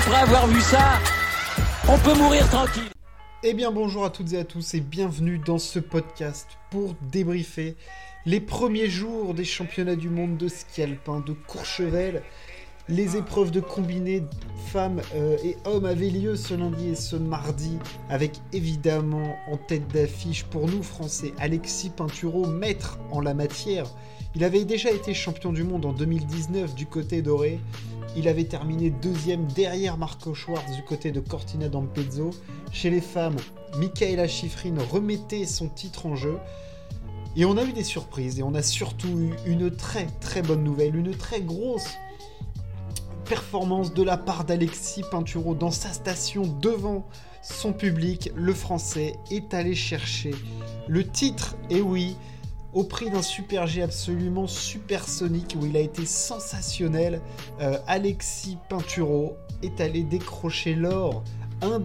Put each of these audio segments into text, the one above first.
après avoir vu ça, on peut mourir tranquille. Eh bien bonjour à toutes et à tous et bienvenue dans ce podcast pour débriefer les premiers jours des championnats du monde de ski alpin de Courchevel. Les épreuves de combiné femmes et hommes avaient lieu ce lundi et ce mardi, avec évidemment en tête d'affiche pour nous français Alexis Pinturault, maître en la matière. Il avait déjà été champion du monde en 2019 du côté doré. Il avait terminé deuxième derrière Marco Schwartz du côté de Cortina d'Ampezzo. Chez les femmes, Mikaela Shiffrin remettait son titre en jeu. Et on a eu des surprises et on a surtout eu une très très bonne nouvelle, une très grosse performance de la part d'Alexis Pinturault dans sa station devant son public. Le Français est allé chercher le titre, et oui, au prix d'un Super G absolument supersonique où il a été sensationnel. Alexis Pinturault est allé décrocher l'or, un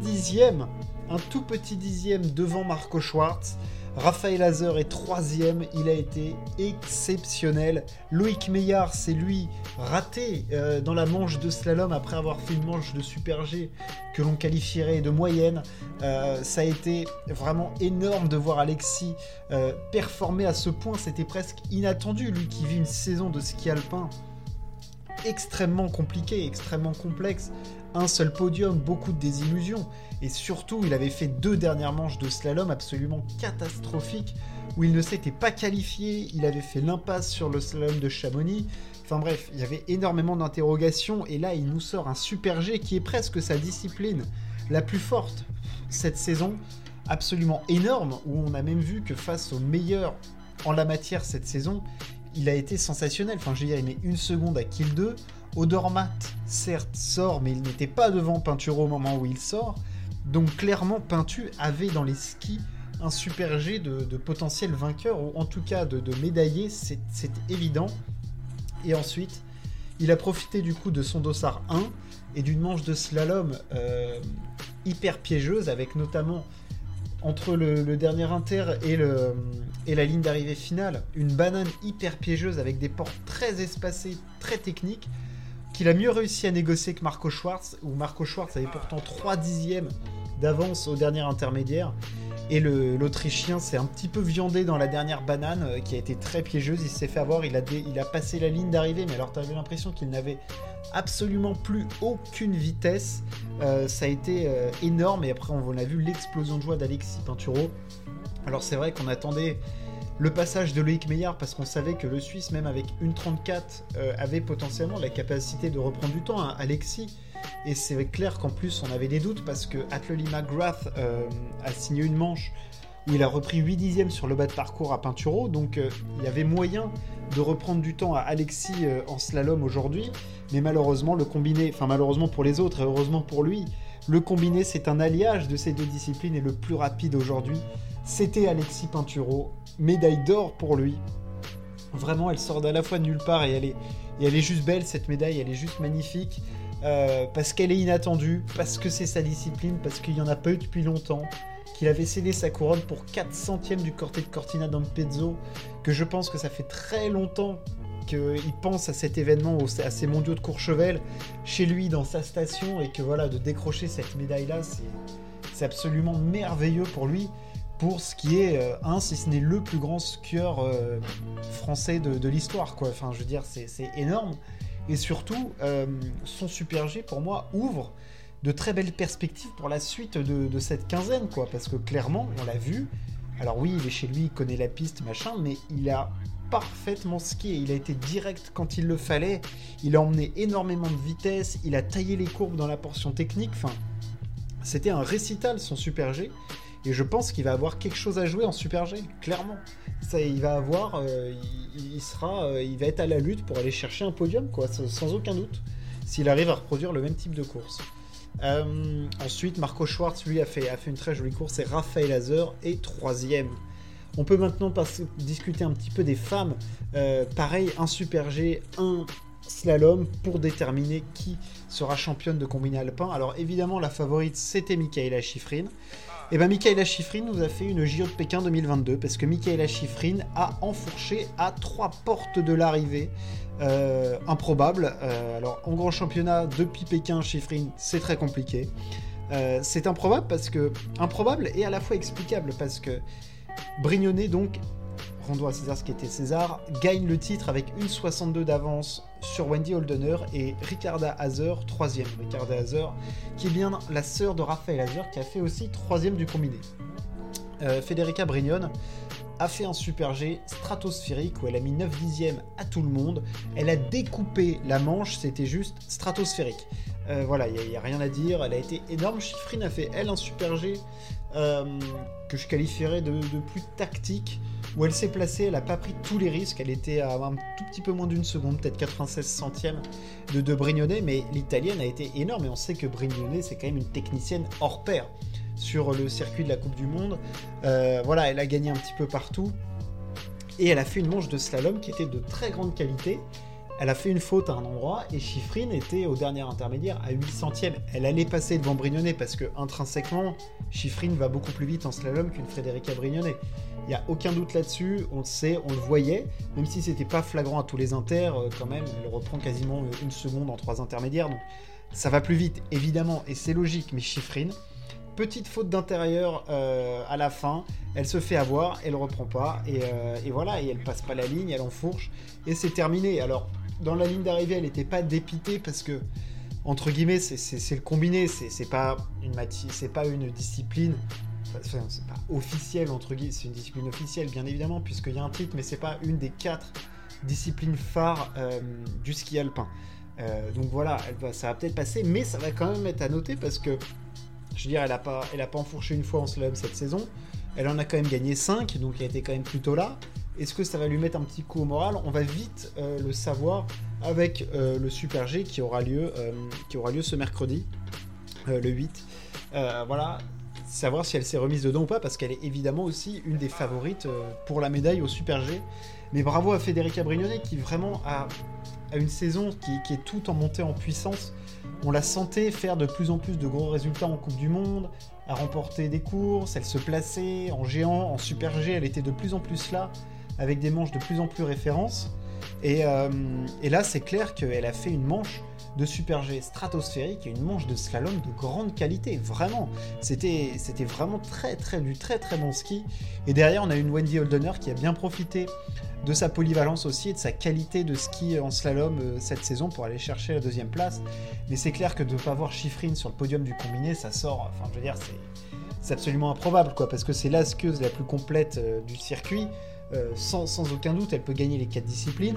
tout petit dixième devant Marco Schwartz. Raphaël Hazer est troisième, il a été exceptionnel. Loïc Meillard, c'est lui raté dans la manche de slalom après avoir fait une manche de Super G que l'on qualifierait de moyenne. Ça a été vraiment énorme de voir Alexis performer à ce point, c'était presque inattendu, lui qui vit une saison de ski alpin extrêmement compliquée, extrêmement complexe. Un seul podium, beaucoup de désillusions. Et surtout, il avait fait 2 dernières manches de slalom absolument catastrophiques où il ne s'était pas qualifié. Il avait fait l'impasse sur le slalom de Chamonix. Enfin bref, il y avait énormément d'interrogations. Et là, il nous sort un Super G qui est presque sa discipline la plus forte cette saison. Absolument énorme, où on a même vu que face aux meilleurs en la matière cette saison, il a été sensationnel. Enfin, je veux dire, il met 1 seconde à Kill 2. Odermatt, certes, sort, mais il n'était pas devant Pinturault au moment où il sort. Donc clairement, Pintu avait dans les skis un Super G de potentiel vainqueur, ou en tout cas de médaillé, c'est évident. Et ensuite, il a profité du coup de son dossard 1 et d'une manche de slalom hyper piégeuse, avec notamment entre le dernier inter et la ligne d'arrivée finale, une banane hyper piégeuse avec des portes très espacées, très techniques, qu'il a mieux réussi à négocier que Marco Schwartz, où Marco Schwartz avait pourtant 3 dixièmes d'avance au dernier intermédiaire, et l'Autrichien s'est un petit peu viandé dans la dernière banane, qui a été très piégeuse. Il s'est fait avoir, il a passé la ligne d'arrivée, mais alors tu avais l'impression qu'il n'avait absolument plus aucune vitesse. Ça a été énorme, et après on a vu l'explosion de joie d'Alexis Pinturault. Alors c'est vrai qu'on attendait le passage de Loïc Meillard, parce qu'on savait que le Suisse, même avec 1,34, avait potentiellement la capacité de reprendre du temps, hein, Alexis. Et c'est clair qu'en plus, on avait des doutes, parce que Atley McGrath a signé une manche où il a repris 8 dixièmes sur le bas de parcours à Pinturault. Donc il y avait moyen de reprendre du temps à Alexis en slalom aujourd'hui. Mais malheureusement, le combiné, enfin malheureusement pour les autres et heureusement pour lui, le combiné, c'est un alliage de ces deux disciplines, et le plus rapide aujourd'hui, c'était Alexis Pinturault. Médaille d'or pour lui. Vraiment, elle sort d'à la fois de nulle part, et elle est juste belle, cette médaille, elle est juste magnifique, parce qu'elle est inattendue, parce que c'est sa discipline, parce qu'il n'y en a pas eu depuis longtemps, qu'il avait cédé sa couronne pour 4 centièmes du Corte de Cortina d'Ampezzo, que je pense que ça fait très longtemps qu'il pense à cet événement, à ces mondiaux de Courchevel, chez lui, dans sa station, et que voilà, de décrocher cette médaille-là, c'est absolument merveilleux pour lui, pour ce qui est si ce n'est le plus grand skieur français de l'histoire, quoi. Enfin, je veux dire, c'est énorme. Et surtout, son Super G, pour moi, ouvre de très belles perspectives pour la suite de cette quinzaine, quoi. Parce que clairement, on l'a vu. Alors oui, il est chez lui, il connaît la piste, machin, mais il a parfaitement skié. Il a été direct quand il le fallait. Il a emmené énormément de vitesse. Il a taillé les courbes dans la portion technique. Enfin, c'était un récital, son Super G. Et je pense qu'il va avoir quelque chose à jouer en Super G, clairement. Ça, il va avoir, il va être à la lutte pour aller chercher un podium, quoi, sans aucun doute, s'il arrive à reproduire le même type de course. Ensuite, Marco Schwartz, lui, a fait une très jolie course, et Raphaël Hazer est troisième. On peut maintenant discuter un petit peu des femmes. Pareil, un Super G, un slalom pour déterminer qui sera championne de combiné alpin. Alors évidemment, la favorite, c'était Mikaela Shiffrin. Et bien Mikaela Shiffrin nous a fait une JO de Pékin 2022 parce que Mikaela Shiffrin a enfourché à 3 portes de l'arrivée. Improbable. Alors en grand championnat depuis Pékin, Shiffrin, c'est très compliqué. C'est improbable et à la fois explicable parce que Brignone, donc rendons à César ce qui était César, gagne le titre avec 1,62 d'avance sur Wendy Holdener et Ricarda Hazer 3ème. Ricarda Hazer qui est bien la sœur de Raphaël Hazer qui a fait aussi 3ème du combiné. Federica Brignone a fait un super G stratosphérique où elle a mis 9 dixièmes à tout le monde. Elle a découpé la manche, c'était juste stratosphérique. Voilà, il n'y a rien à dire, elle a été énorme. Shiffrin a fait, elle, un super G que je qualifierais de plus tactique, où elle s'est placée, elle n'a pas pris tous les risques, elle était à un tout petit peu moins d'une seconde, peut-être 96 centièmes de Brignone, mais l'italienne a été énorme, et on sait que Brignone, c'est quand même une technicienne hors pair sur le circuit de la Coupe du Monde. Voilà, elle a gagné un petit peu partout, et elle a fait une manche de slalom qui était de très grande qualité. Elle a fait une faute à un endroit et Shiffrin était au dernier intermédiaire à 8 centièmes. Elle allait passer devant Brignone parce que intrinsèquement, Shiffrin va beaucoup plus vite en slalom qu'une Federica Brignone. Il n'y a aucun doute là-dessus, on le sait, on le voyait, même si c'était pas flagrant à tous les inters, quand même, elle reprend quasiment 1 seconde en 3 intermédiaires, donc ça va plus vite, évidemment, et c'est logique, mais Shiffrin, petite faute d'intérieur à la fin, elle se fait avoir, elle reprend pas, et voilà, et elle passe pas la ligne, elle enfourche, et c'est terminé. Alors, dans la ligne d'arrivée, elle n'était pas dépitée parce que, entre guillemets, c'est le combiné, c'est pas une discipline, enfin, c'est pas officiel, entre guillemets, c'est une discipline officielle, bien évidemment, puisqu'il y a un titre, mais c'est pas une des 4 disciplines phares du ski alpin. Donc voilà, ça va peut-être passer, mais ça va quand même être à noter parce que, je veux dire, elle a pas enfourché une fois en slalom cette saison, elle en a quand même gagné 5, donc elle était quand même plutôt là. Est-ce que ça va lui mettre un petit coup au moral ? On va vite le savoir avec le Super G qui aura lieu ce mercredi, le 8. Voilà, savoir si elle s'est remise dedans ou pas, parce qu'elle est évidemment aussi une des favorites pour la médaille au Super G. Mais bravo à Federica Brignone qui vraiment a une saison qui est toute en montée en puissance. On la sentait faire de plus en plus de gros résultats en Coupe du Monde, à remporter des courses, elle se plaçait en géant, en Super G, elle était de plus en plus là, avec des manches de plus en plus références. Et là, c'est clair qu'elle a fait une manche de Super G stratosphérique et une manche de slalom de grande qualité. Vraiment, c'était vraiment du très très bon ski. Et derrière, on a une Wendy Holdener qui a bien profité de sa polyvalence aussi et de sa qualité de ski en slalom cette saison pour aller chercher la 2e place. Mais c'est clair que de ne pas voir Shiffrin sur le podium du combiné, ça sort, enfin je veux dire, c'est absolument improbable, quoi, parce que c'est la skieuse la plus complète du circuit. Sans aucun doute, elle peut gagner les 4 disciplines.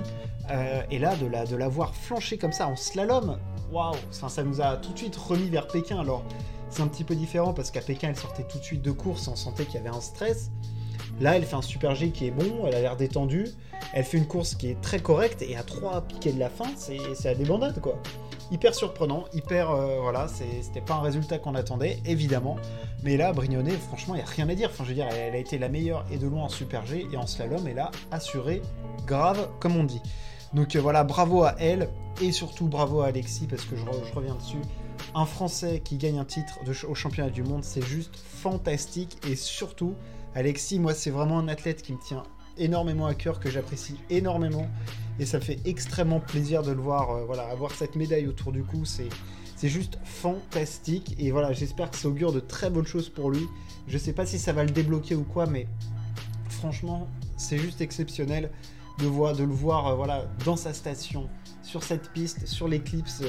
Et là, de la voir flancher comme ça en slalom, waouh, ça nous a tout de suite remis vers Pékin. Alors, c'est un petit peu différent parce qu'à Pékin, elle sortait tout de suite de course et on sentait qu'il y avait un stress. Là, elle fait un Super G qui est bon, elle a l'air détendue. Elle fait une course qui est très correcte et à 3 piquets de la fin, c'est la débandade, quoi. Hyper surprenant, voilà, c'était pas un résultat qu'on attendait, évidemment. Mais là, Brignone, franchement, il n'y a rien à dire. Enfin, je veux dire, elle a été la meilleure et de loin en Super G et en slalom, elle a assuré grave, comme on dit. Donc voilà, bravo à elle et surtout bravo à Alexis parce que je reviens dessus. Un Français qui gagne un titre au championnat du monde, c'est juste fantastique. Et surtout, Alexis, moi, c'est vraiment un athlète qui me tient énormément à cœur, que j'apprécie énormément. Et ça me fait extrêmement plaisir de le voir, voilà, avoir cette médaille autour du cou. C'est juste fantastique. Et voilà, j'espère que ça augure de très bonnes choses pour lui. Je sais pas si ça va le débloquer ou quoi, mais franchement, c'est juste exceptionnel de le voir voilà, dans sa station, sur cette piste, sur l'éclipse,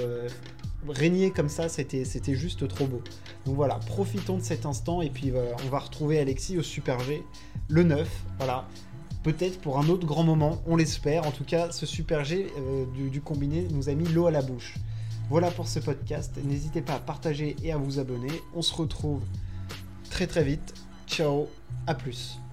régner comme ça, c'était juste trop beau. Donc voilà, profitons de cet instant et puis on va retrouver Alexis au Super G le 9, voilà. Peut-être pour un autre grand moment, on l'espère. En tout cas, ce Super G du combiné nous a mis l'eau à la bouche. Voilà pour ce podcast. N'hésitez pas à partager et à vous abonner. On se retrouve très très vite. Ciao, à plus.